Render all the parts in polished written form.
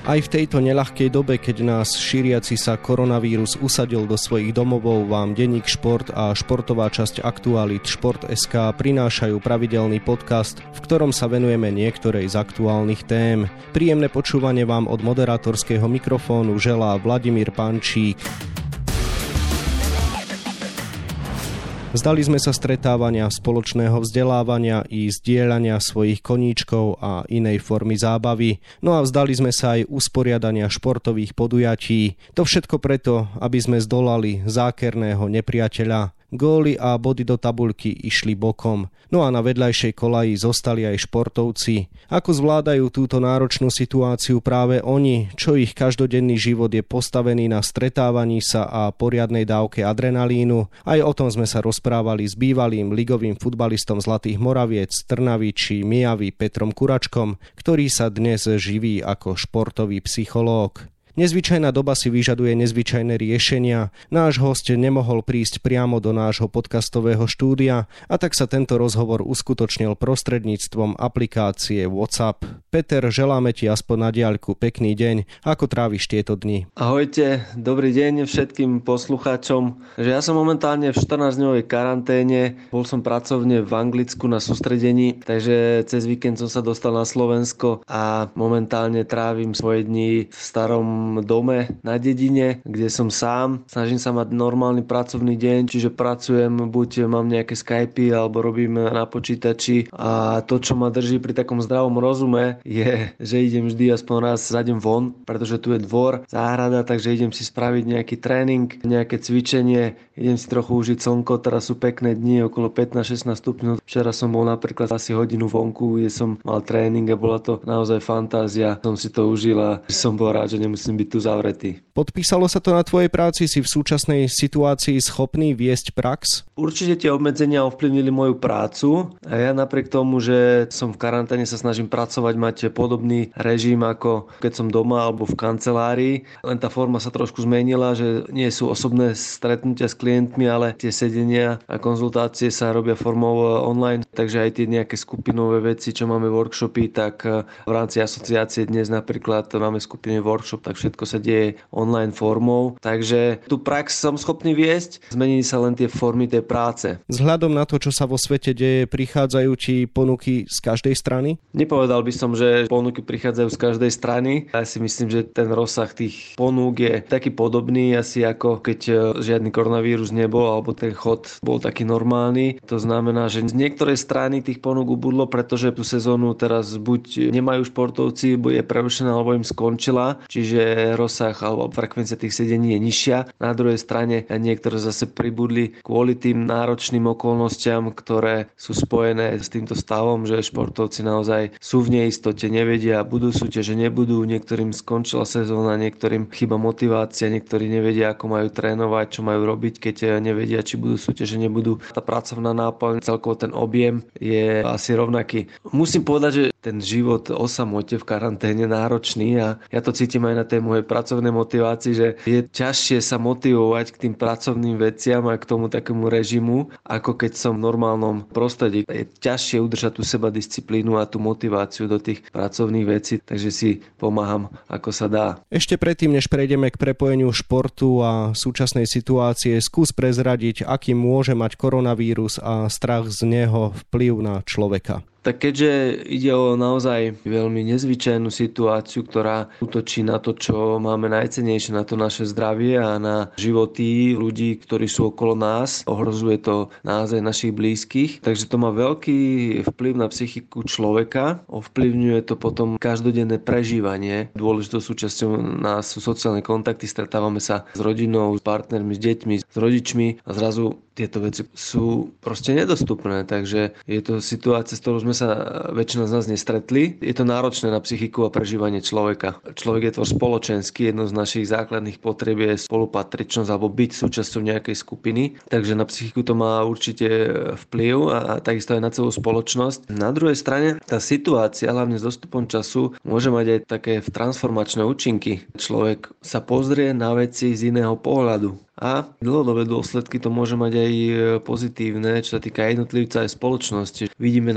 Aj v tejto neľahkej dobe, keď nás šíriaci sa koronavírus usadil do svojich domovov, vám denník Šport a športová časť aktualít Šport.sk prinášajú pravidelný podcast, v ktorom sa venujeme niektorej z aktuálnych tém. Príjemné počúvanie vám od moderátorského mikrofónu želá Vladimír Pančík. Vzdali sme sa stretávania, spoločného vzdelávania i zdieľania svojich koníčkov a inej formy zábavy. No a vzdali sme sa aj usporiadania športových podujatí. To všetko preto, aby sme zdolali zákerného nepriateľa. Góly a body do tabuľky išli bokom. No a na vedľajšej kolaji zostali aj športovci. Ako zvládajú túto náročnú situáciu práve oni, čo ich každodenný život je postavený na stretávaní sa a poriadnej dávke adrenalínu. Aj o tom sme sa rozprávali s bývalým ligovým futbalistom Zlatých Moraviec, Trnavy či Mijavy Petrom Kuračkom, ktorý sa dnes živí ako športový psychológ. Nezvyčajná doba si vyžaduje nezvyčajné riešenia. Náš hosť nemohol prísť priamo do nášho podcastového štúdia a tak sa tento rozhovor uskutočnil prostredníctvom aplikácie WhatsApp. Peter, želáme ti aspoň na diaľku pekný deň. Ako tráviš tieto dni? Ahojte, dobrý deň všetkým poslucháčom. Ja som momentálne v 14-dňovej karanténe. Bol som pracovne v Anglicku na sústredení, takže cez víkend som sa dostal na Slovensko a momentálne trávim svoje dni v starom dome na dedine, kde som sám. Snažím sa mať normálny pracovný deň, čiže pracujem, buď mám nejaké Skypy, alebo robím na počítači a to, čo ma drží pri takom zdravom rozume, je, že idem vždy aspoň raz zadem von, pretože tu je dvor, záhrada, takže idem si spraviť nejaký tréning, nejaké cvičenie, idem si trochu užiť slnko, teraz sú pekné dni, okolo 15-16 stupňov. Včera som bol napríklad asi hodinu vonku, kde som mal tréning a bola to naozaj fantázia. Som si to užil a som bol rád, že nemusím byť tu zavretý. Podpísalo sa to na tvojej práci? Si v súčasnej situácii schopný viesť prax? Určite tie obmedzenia ovplyvnili moju prácu a ja napriek tomu, že som v karanténe, sa snažím pracovať, mať podobný režim ako keď som doma alebo v kancelárii. Len tá forma sa trošku zmenila, že nie sú osobné stretnutia s klientmi, ale tie sedenia a konzultácie sa robia formou online, takže aj tie nejaké skupinové veci, čo máme workshopy, tak v rámci asociácie dnes napríklad máme skupinový workshop, tak všetko sa deje online formou. Takže tú prax som schopný viesť, zmenili sa len tie formy tej práce. Vzhľadom na to, čo sa vo svete deje, prichádzajú ti ponuky z každej strany? Nepovedal by som, že ponuky prichádzajú z každej strany. Ja si myslím, že ten rozsah tých ponúk je taký podobný, asi ako keď žiadny koronavírus nebol, alebo ten chod bol taký normálny. To znamená, že z niektorej strany tých ponúk ubudlo, pretože tú sezónu teraz buď nemajú športovci, bude prerušená, alebo im skončila, čiže rozsah alebo frekvencia tých sedení je nižšia. Na druhej strane niektoré zase pribudli kvôli tým náročným okolnostiam, ktoré sú spojené s týmto stavom, že športovci naozaj sú v neistote, nevedia, budú súťaže, nebudú, niektorým skončila sezóna, niektorým chýba motivácia, niektorí nevedia, ako majú trénovať, čo majú robiť, keď nevedia, či budú súťaže, nebudú. Tá pracovná náplň, celkovo ten objem je asi rovnaký. Musím povedať, že ten život o samote v karanténe náročný a ja to cítim aj na tej mojej pracovnej motivácii, že je ťažšie sa motivovať k tým pracovným veciam a k tomu takému režimu, ako keď som v normálnom prostredí. Je ťažšie udržať tú sebadisciplínu a tú motiváciu do tých pracovných vecí, takže si pomáham, ako sa dá. Ešte predtým, než prejdeme k prepojeniu športu a súčasnej situácie, skús prezradiť, aký môže mať koronavírus a strach z neho vplyv na človeka. Tak keďže ide o naozaj veľmi nezvyčajnú situáciu, ktorá útočí na to, čo máme najcennejšie, na to naše zdravie a na životy ľudí, ktorí sú okolo nás, ohrozuje to nás aj našich blízkych. Takže to má veľký vplyv na psychiku človeka, ovplyvňuje to potom každodenné prežívanie. Dôležitou súčasťou nás sú sociálne kontakty, stretávame sa s rodinou, s partnermi, s deťmi, s rodičmi a zrazu tieto veci sú proste nedostupné, takže je to situácia, s ktorou sme sa väčšina z nás nestretli. Je to náročné na psychiku a prežívanie človeka. Človek je tvor spoločenský, jedno z našich základných potrieb je spolupatričnosť alebo byť súčasťou nejakej skupiny, takže na psychiku to má určite vplyv a takisto aj na celú spoločnosť. Na druhej strane tá situácia, hlavne s dostupom času, môže mať aj také transformačné účinky. Človek sa pozrie na veci z iného pohľadu. A dlhodobé dôsledky to môže mať aj pozitívne, čo sa týka jednotlivca aj spoločnosti. Vidíme napríklad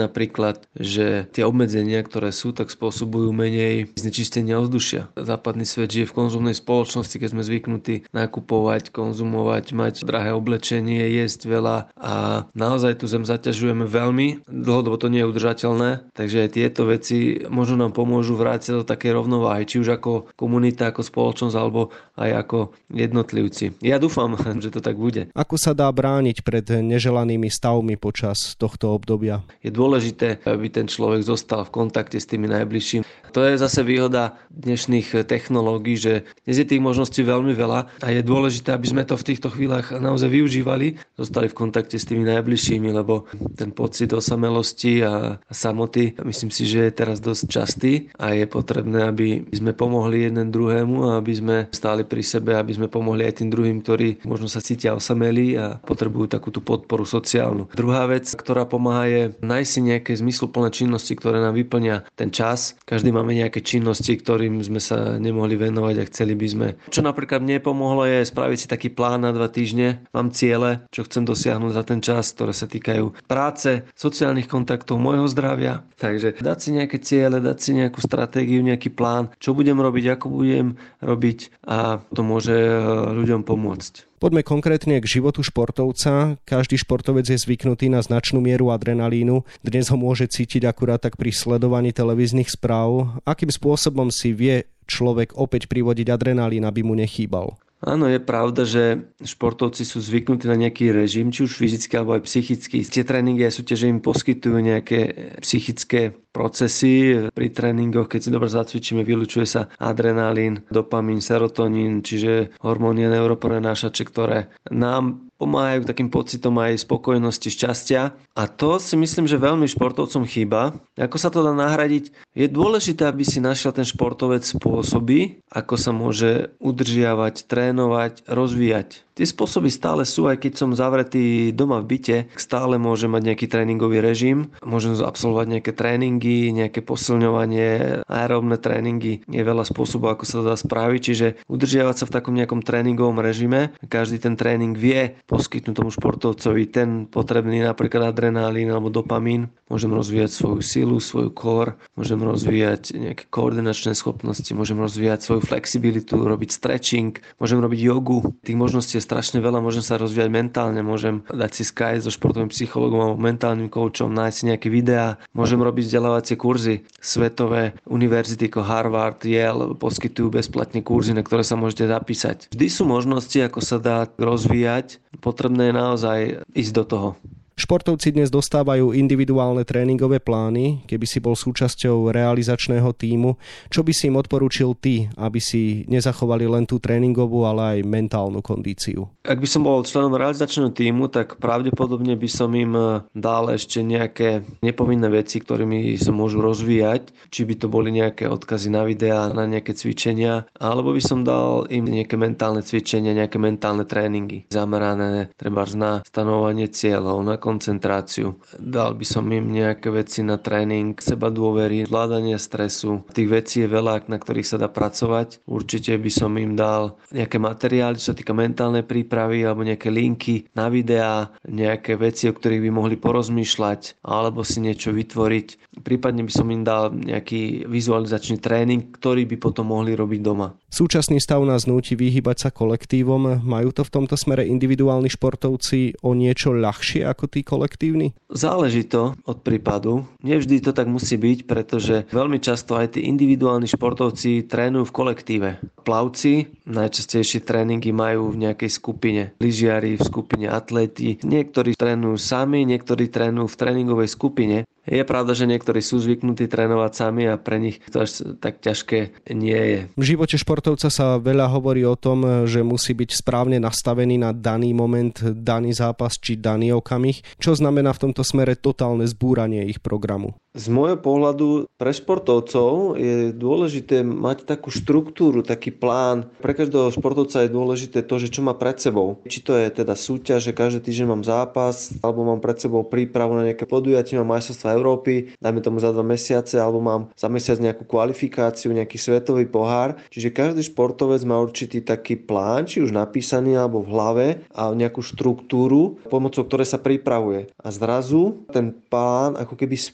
napríklad, že tie obmedzenia, ktoré sú, tak spôsobujú menej znečistenia ovzdušia. Západný svet žije v konzumnej spoločnosti, keď sme zvyknutí nakupovať, konzumovať, mať drahé oblečenie, jesť veľa a naozaj tú zem zaťažujeme veľmi. Dlhodobo to nie je udržateľné, takže aj tieto veci možno nám pomôžu vrátiť do takej rovnováhy, či už ako komunita, ako spoločnosť, alebo aj ako jednotlivci. Ja dúfam, že to tak bude. Ako sa dá brániť pred neželanými stavmi počas tohto obdobia? Je dôležité, aby ten človek zostal v kontakte s tými najbližšími. To je zase výhoda dnešných technológií, že dnes je tých možností veľmi veľa a je dôležité, aby sme to v týchto chvíľach naozaj využívali, zostali v kontakte s tými najbližšími, lebo ten pocit osamelosti a samoty, myslím si, že je teraz dosť častý a je potrebné, aby sme pomohli jeden druhému a aby sme stáli pri sebe, aby sme pomohli aj tým druhým, ktorí možno sa cítia osamelí a potrebujú takú tú podporu sociálnu. Druhá vec, ktorá pomáha, je nájsť si nejaké zmysluplné činnosti, ktoré nám vyplnia ten čas. Každý máme nejaké činnosti, ktorým sme sa nemohli venovať a chceli by sme. Čo napríklad mne pomohlo, je spraviť si taký plán na 2 týždne. Mám ciele, čo chcem dosiahnuť za ten čas, ktoré sa týkajú práce, sociálnych kontaktov, môjho zdravia. Takže dať si nejaké ciele, dať si nejakú stratégiu, nejaký plán, čo budem robiť, ako budem robiť a to môže ľuďom pomôcť. Poďme konkrétne k životu športovca. Každý športovec je zvyknutý na značnú mieru adrenalínu. Dnes ho môže cítiť akurát tak pri sledovaní televíznych správ. Akým spôsobom si vie človek opäť privodiť adrenalín, aby mu nechýbal? Áno, je pravda, že športovci sú zvyknutí na nejaký režim, či už fyzický alebo aj psychický. Tie tréningy a súťaže im poskytujú nejaké psychické procesy. Pri tréningoch, keď si dobre zacvičíme, vylučuje sa adrenalín, dopamín, serotonín, čiže hormóny a neuroprenášače, ktoré nám pomáhajú takým pocitom aj spokojnosti, šťastia. A to si myslím, že veľmi športovcom chýba. Ako sa to dá nahradiť? Je dôležité, aby si našiel ten športovec spôsoby, ako sa môže udržiavať, trénovať, rozvíjať. Tie spôsoby stále sú, aj keď som zavretý doma v byte, stále môžem mať nejaký tréningový režim, môžem absolvovať nejaké tréningy, nejaké posilňovanie, aerobné tréningy. Je veľa spôsobov, ako sa to dá spraviť, čiže udržiavať sa v takom nejakom tréningovom režime. Každý ten tréning vie poskytnúť tomu športovcovi ten potrebný napríklad adrenalín alebo dopamín. Môžem rozvíjať svoju silu, svoju core, môžem rozvíjať nejaké koordinačné schopnosti, môžem rozvíjať svoju flexibilitu, robiť stretching, môžem robiť jogu. Tých možností je strašne veľa, môžem sa rozvíjať mentálne, môžem dať si Skype so športovým psychologom alebo mentálnym koučom, nájsť si nejaké videá, môžem robiť vzdelávacie kurzy. Svetové univerzity ako Harvard, Yale poskytujú bezplatne kurzy, na ktoré sa môžete zapísať. Vždy sú možnosti, ako sa dá rozvíjať, potrebné je naozaj ísť do toho. Športovci dnes dostávajú individuálne tréningové plány. Keby si bol súčasťou realizačného tímu, čo by si im odporúčil ty, aby si nezachovali len tú tréningovú, ale aj mentálnu kondíciu? Ak by som bol členom realizačného tímu, tak pravdepodobne by som im dal ešte nejaké nepovinné veci, ktorými sa môžu rozvíjať. Či by to boli nejaké odkazy na videá, na nejaké cvičenia, alebo by som dal im nejaké mentálne cvičenia, nejaké mentálne tréningy zamerané trebárs na stanovanie cieľov, na koncentráciu. Dal by som im nejaké veci na tréning seba dôvery, zvládanie stresu. Tých vecí je veľa, na ktorých sa dá pracovať. Určite by som im dal nejaké materiály, čo sa týka mentálnej prípravy, alebo nejaké linky na videá, nejaké veci, o ktorých by mohli porozmýšľať, alebo si niečo vytvoriť. Prípadne by som im dal nejaký vizualizačný tréning, ktorý by potom mohli robiť doma. Súčasný stav nás núti vyhýbať sa kolektívom. Majú to v tomto smere individuálni športovci o niečo ľahšie ako tí kolektívni? Záleží to od prípadu. Nevždy to tak musí byť, pretože veľmi často aj tí individuálni športovci trénujú v kolektíve. Plavci najčastejšie tréningy majú v nejakej skupine. Lyžiari v skupine, atléti. Niektorí trénujú sami, niektorí trénujú v tréningovej skupine. Je pravda, že niektorí sú zvyknutí trénovať sami a pre nich to až tak ťažké nie je. V živote športovca sa veľa hovorí o tom, že musí byť správne nastavený na daný moment, daný zápas či daný okamih, čo znamená v tomto smere totálne zbúranie ich programu. Z môjho pohľadu pre športovcov je dôležité mať takú štruktúru, taký plán. Pre každého športovca je dôležité to, že čo má pred sebou. Či to je teda súťaž, že každý týždeň mám zápas, alebo mám pred sebou prípravu na nejaké podujatie, mám majstrovstvá Európy, dajme tomu za 2 mesiace, alebo mám za mesiac nejakú kvalifikáciu, nejaký svetový pohár. Čiže každý športovec má určitý taký plán, či už napísaný alebo v hlave a nejakú štruktúru, pomocou ktorej sa pripravuje. A zrazu ten plán ako keby spadol.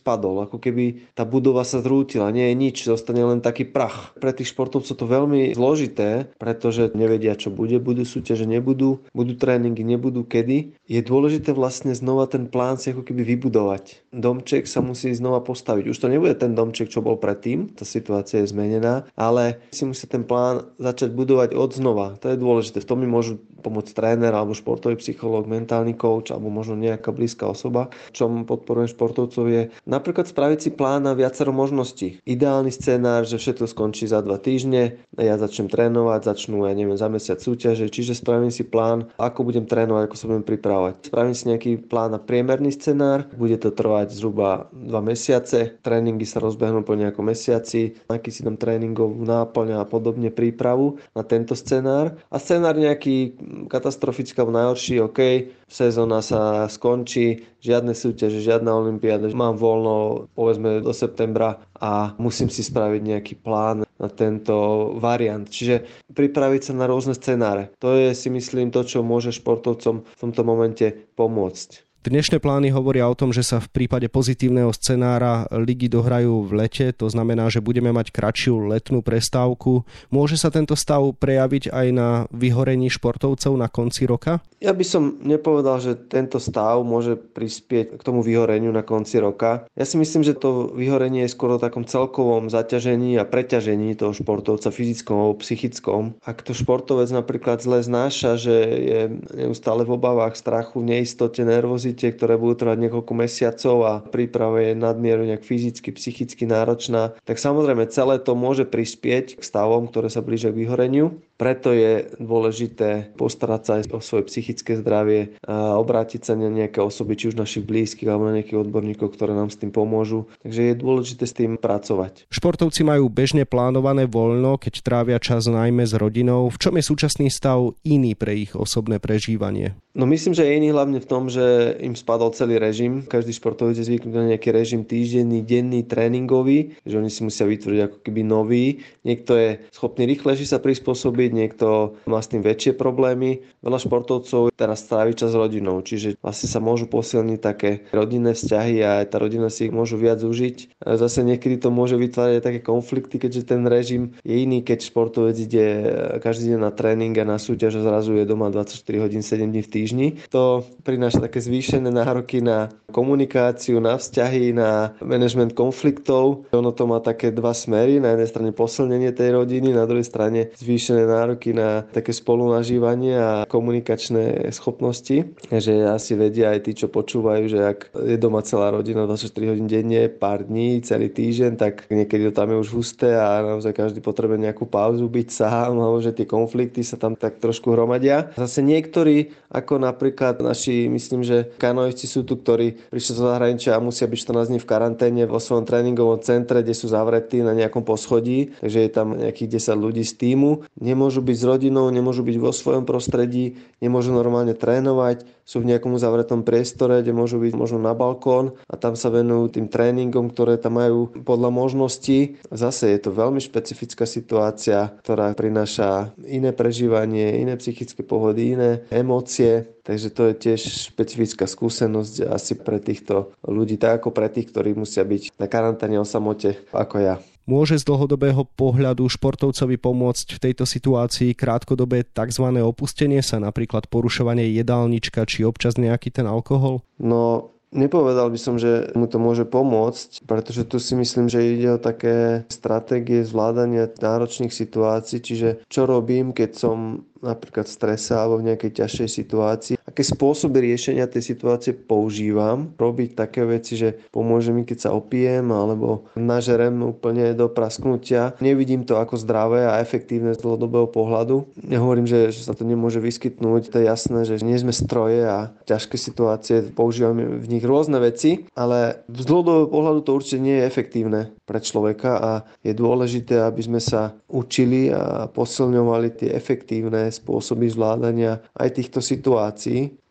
ako keby tá budova sa zrútila, nie je nič, zostane len taký prach. Pre tých športovcov to veľmi zložité, pretože nevedia, čo bude, budú súťaže, nebudú, budú tréningy, nebudú kedy. Je dôležité vlastne znova ten plán si ako keby vybudovať. Domček sa musí znova postaviť. Už to nebude ten domček, čo bol predtým, tá situácia je zmenená, ale si musí ten plán začať budovať od znova. To je dôležité. V tom mi môžu pomôcť tréner alebo športový psychológ, mentálny coach alebo možno nejaká blízka osoba. Čom podporujem športovcov je napríklad spraviť si plán na viacero možností. Ideálny scenár, že všetko skončí za 2 týždne, ja začnem trénovať, začnú, za mesiac súťaže, čiže spravím si plán, ako budem trénovať, ako sa budem pripravovať. Spravím si nejaký plán na priemerný scenár, bude to trvať zhruba 2 mesiace, tréningy sa rozbehnú po nejakom mesiaci, aký si dám tréningovú náplň a podobne prípravu na tento scenár. A scenár nejaký katastrofický alebo najhorší, OK, sezóna sa skončí, žiadne súťaže, žiadna olympiáda, mám voľno povedzme do septembra a musím si spraviť nejaký plán na tento variant. Čiže pripraviť sa na rôzne scenáre. To je si myslím to, čo môže športovcom v tomto momente pomôcť. Dnešné plány hovoria o tom, že sa v prípade pozitívneho scenára ligy dohrajú v lete, to znamená, že budeme mať kratšiu letnú prestávku. Môže sa tento stav prejaviť aj na vyhorení športovcov na konci roka? Ja by som nepovedal, že tento stav môže prispieť k tomu vyhoreniu na konci roka. Ja si myslím, že to vyhorenie je skôr o takom celkovom zaťažení a preťažení toho športovca fyzickom alebo psychickom. Ak to športovec napríklad zle znáša, že je neustále v obavách, strachu, neistote, nervozite, ktoré budú trvať niekoľko mesiacov a príprava je nadmieru nejak fyzicky, psychicky náročná, tak samozrejme celé to môže prispieť k stavom, ktoré sa blížia k vyhoreniu. Preto je dôležité postarať sa aj o svoje psychické zdravie a obrátiť sa na nejaké osoby, či už našich blízkych alebo na nejakých odborníkov, ktoré nám s tým pomôžu. Takže je dôležité s tým pracovať. Športovci majú bežne plánované voľno, keď trávia čas najmä s rodinou. V čom je súčasný stav iný pre ich osobné prežívanie? No myslím, že je iný hlavne v tom, že im spadol celý režim. Každý športovec je zvyknutý na nejaký režim týždenný, denný, tréningový, že oni si musia vytvoriť ako keby nový. Niekto je schopný rýchlejšie sa prispôsobiť, niekto má s tým väčšie problémy. Veľa športovcov teraz strávi čas s rodinou, čiže vlastne sa môžu posilniť také rodinné vzťahy a aj tá rodina si ich môžu viac užiť. Zase niekedy to môže vytvárať také konflikty, keďže ten režim je iný, keď športovec ide každý deň na tréning a na súťaž a zrazu je doma 24 hodín 7 dní v týždni. To prináša také zvýšené nároky na komunikáciu, na vzťahy, na manažment konfliktov. Ono to má také dva smery. Na jednej strane posilnenie tej rodiny, na druhej strane zvýšené nároky na také spolunažívanie a komunikačné schopnosti. Že asi vedia aj tí, čo počúvajú, že ak je doma celá rodina 24 hodín denne, pár dní, celý týždeň, tak niekedy to tam je už husté a naozaj každý potrebuje nejakú pauzu, byť sám, alebo že tie konflikty sa tam tak trošku hromadia. Zase niektorí, ako napríklad naši, myslím, že kanoisti sú tu, ktorí prišli zo zahraničia a musia byť 14 dní v karanténe vo svojom tréningovom centre, kde sú zavretí na nejakom poschodí, takže je tam nejakých 10 ľudí z tímu. Nemôžu byť s rodinou, nemôžu byť vo svojom prostredí, nemôžu normálne trénovať, sú v nejakom zavretom priestore, kde môžu byť možno na balkón a tam sa venujú tým tréningom, ktoré tam majú podľa možností. Zase je to veľmi špecifická situácia, ktorá prináša iné prežívanie, iné psychické pohody, iné emócie. Takže to je tiež špecifická skúsenosť asi pre týchto ľudí, tak ako pre tých, ktorí musia byť na karanténe o samote, ako ja. Môže z dlhodobého pohľadu športovcovi pomôcť v tejto situácii krátkodobé tzv. Opustenie sa, napríklad porušovanie jedálnička či občas nejaký ten alkohol? No, nepovedal by som, že mu to môže pomôcť, pretože tu si myslím, že ide o také stratégie zvládania náročných situácií, čiže čo robím, keď som napríklad v strese alebo v nejakej ťažšej situácii. Aké spôsoby riešenia tej situácie používam. Robiť také veci, že pomôže mi, keď sa opijem alebo nažerem úplne do prasknutia. Nevidím to ako zdravé a efektívne z dlhodobého pohľadu. Nehovorím, že sa to nemôže vyskytnúť. To je jasné, že nie sme stroje a ťažké situácie, používame v nich rôzne veci, ale z dlhodobého pohľadu to určite nie je efektívne pre človeka a je dôležité, aby sme sa učili a posilňovali tie efektívne spôsoby zvládania aj týchto situácií.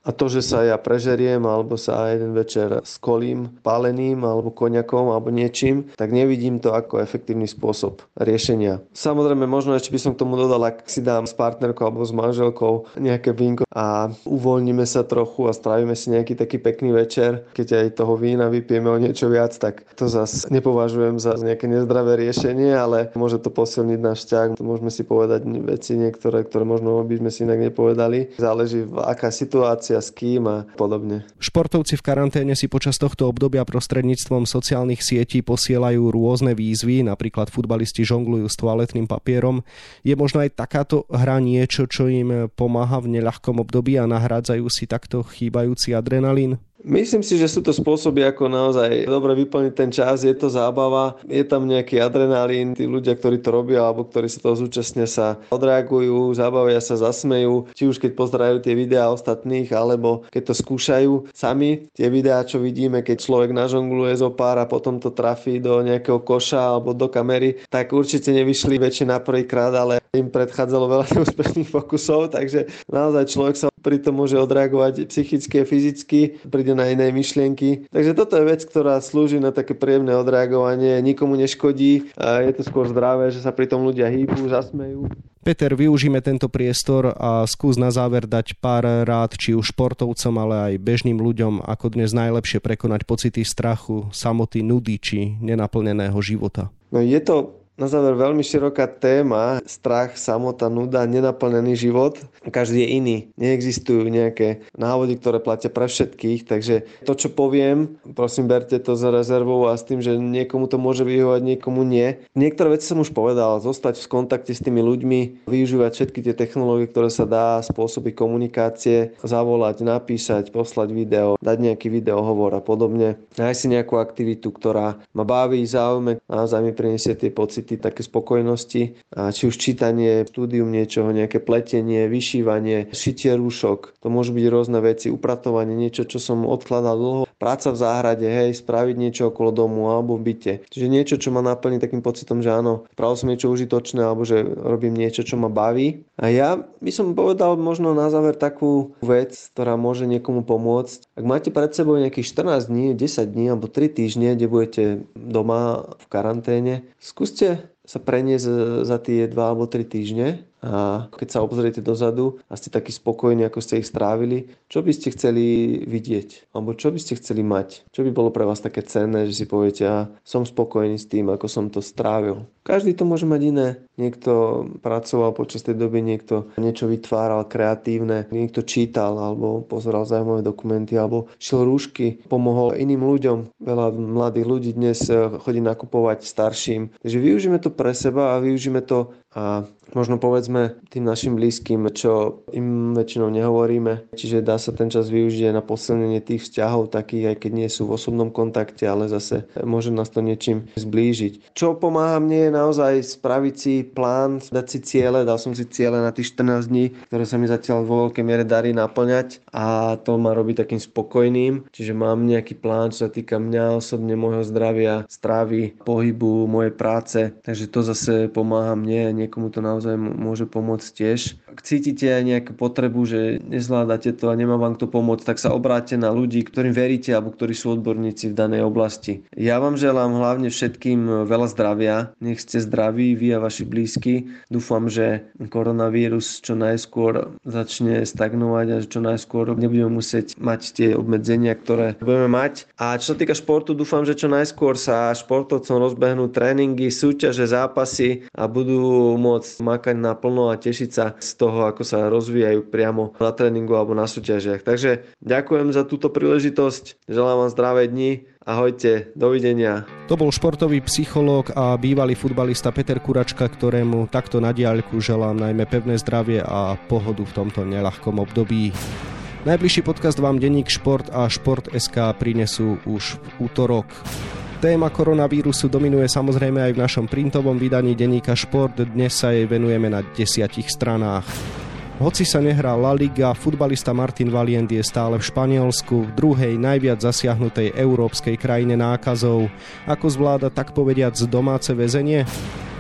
A to, že sa ja prežeriem alebo sa jeden večer skolím pálením alebo koniakom alebo niečím, tak nevidím to ako efektívny spôsob riešenia. Samozrejme, možno ešte by som k tomu dodal, ak si dám s partnerkou alebo s manželkou nejaké vínko a uvoľníme sa trochu a strávime si nejaký taký pekný večer, keď aj toho vína vypijeme o niečo viac, tak to zase nepovažujem za nejaké nezdravé riešenie, ale môže to posilniť náš vzťah. Môžeme si povedať veci niektoré, ktoré možno by sme si inak nepovedali. Záleží, aká situácia, s kým a podobne. Športovci v karanténe si počas tohto obdobia prostredníctvom sociálnych sietí posielajú rôzne výzvy, napríklad futbalisti žonglujú s toaletným papierom. Je možno aj takáto hra niečo, čo im pomáha v neľahkom období a nahrádzajú si takto chýbajúci adrenalín? Myslím si, že sú to spôsoby, ako naozaj dobre vyplniť ten čas, je to zábava, je tam nejaký adrenalín, tí ľudia, ktorí to robia alebo ktorí sa toho zúčastnia, sa odreagujú, zabavia sa, zasmejú, či už keď pozerajú tie videá ostatných, alebo keď to skúšajú sami. Tie videá, čo vidíme, keď človek nažongluje zo pár a potom to trafí do nejakého koša alebo do kamery, tak určite nevyšli väčšie na prvýkrát, ale im predchádzalo veľa neúspešných pokusov, takže naozaj človek sa pri tom môže odreagovať psychicky a fyzicky, príde na iné myšlienky. Takže toto je vec, ktorá slúži na také príjemné odreagovanie, nikomu neškodí a je to skôr zdravé, že sa pri tom ľudia hýbu, zasmejú. Peter, využíme tento priestor a skús na záver dať pár rád, či už športovcom, ale aj bežným ľuďom, ako dnes najlepšie prekonať pocity strachu, samoty, nudy či nenaplneného života. No je to na záver veľmi široká téma, strach, samota, nuda, nenaplnený život. Každý je iný. Neexistujú nejaké návody, ktoré platia pre všetkých, takže to, čo poviem, prosím, berte to za rezervou a s tým, že niekomu to môže vyhovať, niekomu nie. Niektoré veci som už povedal, zostať v kontakte s tými ľuďmi, využívať všetky tie technológie, ktoré sa dá, spôsoby komunikácie, zavolať, napísať, poslať video, dať nejaký videohovor a podobne. Nájsť si nejakú aktivitu, ktorá ma baví, zaujme, naozaj mi prinesie tie pocity také spokojnosti, a či už čítanie, štúdium niečoho, nejaké pletenie, vyšívanie, šitie rúšok, to môžu byť rôzne veci, upratovanie, niečo, čo som odkladal dlho, práca v záhrade, spraviť niečo okolo domu alebo v byte. Čiže niečo, čo ma naplní takým pocitom, že áno, spravil som niečo užitočné alebo že robím niečo, čo ma baví. A ja by som povedal možno na záver takú vec, ktorá môže niekomu pomôcť. Ak máte pred sebou nejakých 14 dní, 10 dní alebo 3 týždne, kde budete doma v karanténe, skúste sa preniesť za tie 2 alebo 3 týždne a keď sa obzriete dozadu a ste takí spokojní, ako ste ich strávili, čo by ste chceli vidieť? Alebo čo by ste chceli mať? Čo by bolo pre vás také cenné, že si poviete, som spokojný s tým, ako som to strávil? Každý to môže mať iné. Niekto pracoval počas tej doby, niekto niečo vytváral kreatívne, niekto čítal alebo pozeral zaujímavé dokumenty alebo šil rúšky, pomohol iným ľuďom. Veľa mladých ľudí dnes chodí nakupovať starším. Takže využíme to pre seba a využíme to a možno povedzme tým našim blízkym, čo im väčšinou nehovoríme. Čiže dá sa ten čas využiť aj na posilnenie tých vzťahov, takých aj keď nie sú v osobnom kontakte, ale zase môže nás to niečím zblížiť. Čo pomáha mne je naozaj spraviť si plán, dať si ciele. Dal som si ciele na tých 14 dní, ktoré sa mi zatiaľ vo veľkej miere darí naplňať a to ma robí takým spokojným. Čiže mám nejaký plán, čo sa týka mňa osobne, môjho zdravia, stravy, pohybu, mojej práce. Takže to zase pomáha mne, niekomu to naozaj môže pomôcť tiež. Ak cítite aj nejakú potrebu, že nezvládate to a nemá vám kto pomôcť, tak sa obráťte na ľudí, ktorým veríte alebo ktorí sú odborníci v danej oblasti. Ja vám želám hlavne všetkým veľa zdravia. Nech ste zdraví, vy a vaši blízky. Dúfam, že koronavírus čo najskôr začne stagnovať a čo najskôr nebudeme musieť mať tie obmedzenia, ktoré budeme mať. A čo sa týka športu, dúfam, že čo najskôr sa športovcom rozbehnú tréningy, súťaže, zápasy a budú môcť makať naplno a tešiť sa z toho, ako sa rozvíjajú priamo na tréningu alebo na súťažiach. Takže ďakujem za túto príležitosť, želám vám zdravé dni. Ahojte, dovidenia. To bol športový psychológ a bývalý futbalista Peter Kuračka, ktorému takto na diaľku želám najmä pevné zdravie a pohodu v tomto neľahkom období. Najbližší podcast vám denník Šport a Šport.sk prinesú už v utorok. Téma koronavírusu dominuje samozrejme aj v našom printovom vydaní denníka Šport. Dnes sa jej venujeme na 10 stranách. Hoci sa nehrá La Liga, futbalista Martin Valient je stále v Španielsku, v druhej najviac zasiahnutej európskej krajine nákazou. Ako zvláda tak povediac domáce väzenie?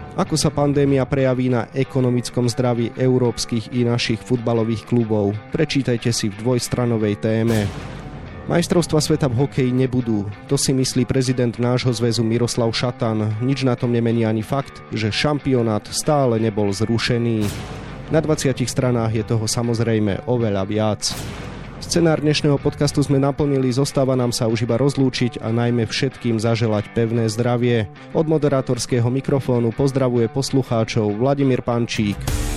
Ako sa pandémia prejaví na ekonomickom zdraví európskych i našich futbalových klubov? Prečítajte si v dvojstranovej téme. Majstrovstvá sveta v hokeji nebudú. To si myslí prezident nášho zväzu Miroslav Šatan. Nič na tom nemení ani fakt, že šampionát stále nebol zrušený. Na 20 stranách je toho samozrejme oveľa viac. Scenár dnešného podcastu sme naplnili, zostáva nám sa už iba rozlúčiť a najmä všetkým zaželať pevné zdravie. Od moderátorského mikrofónu pozdravuje poslucháčov Vladimír Pančík.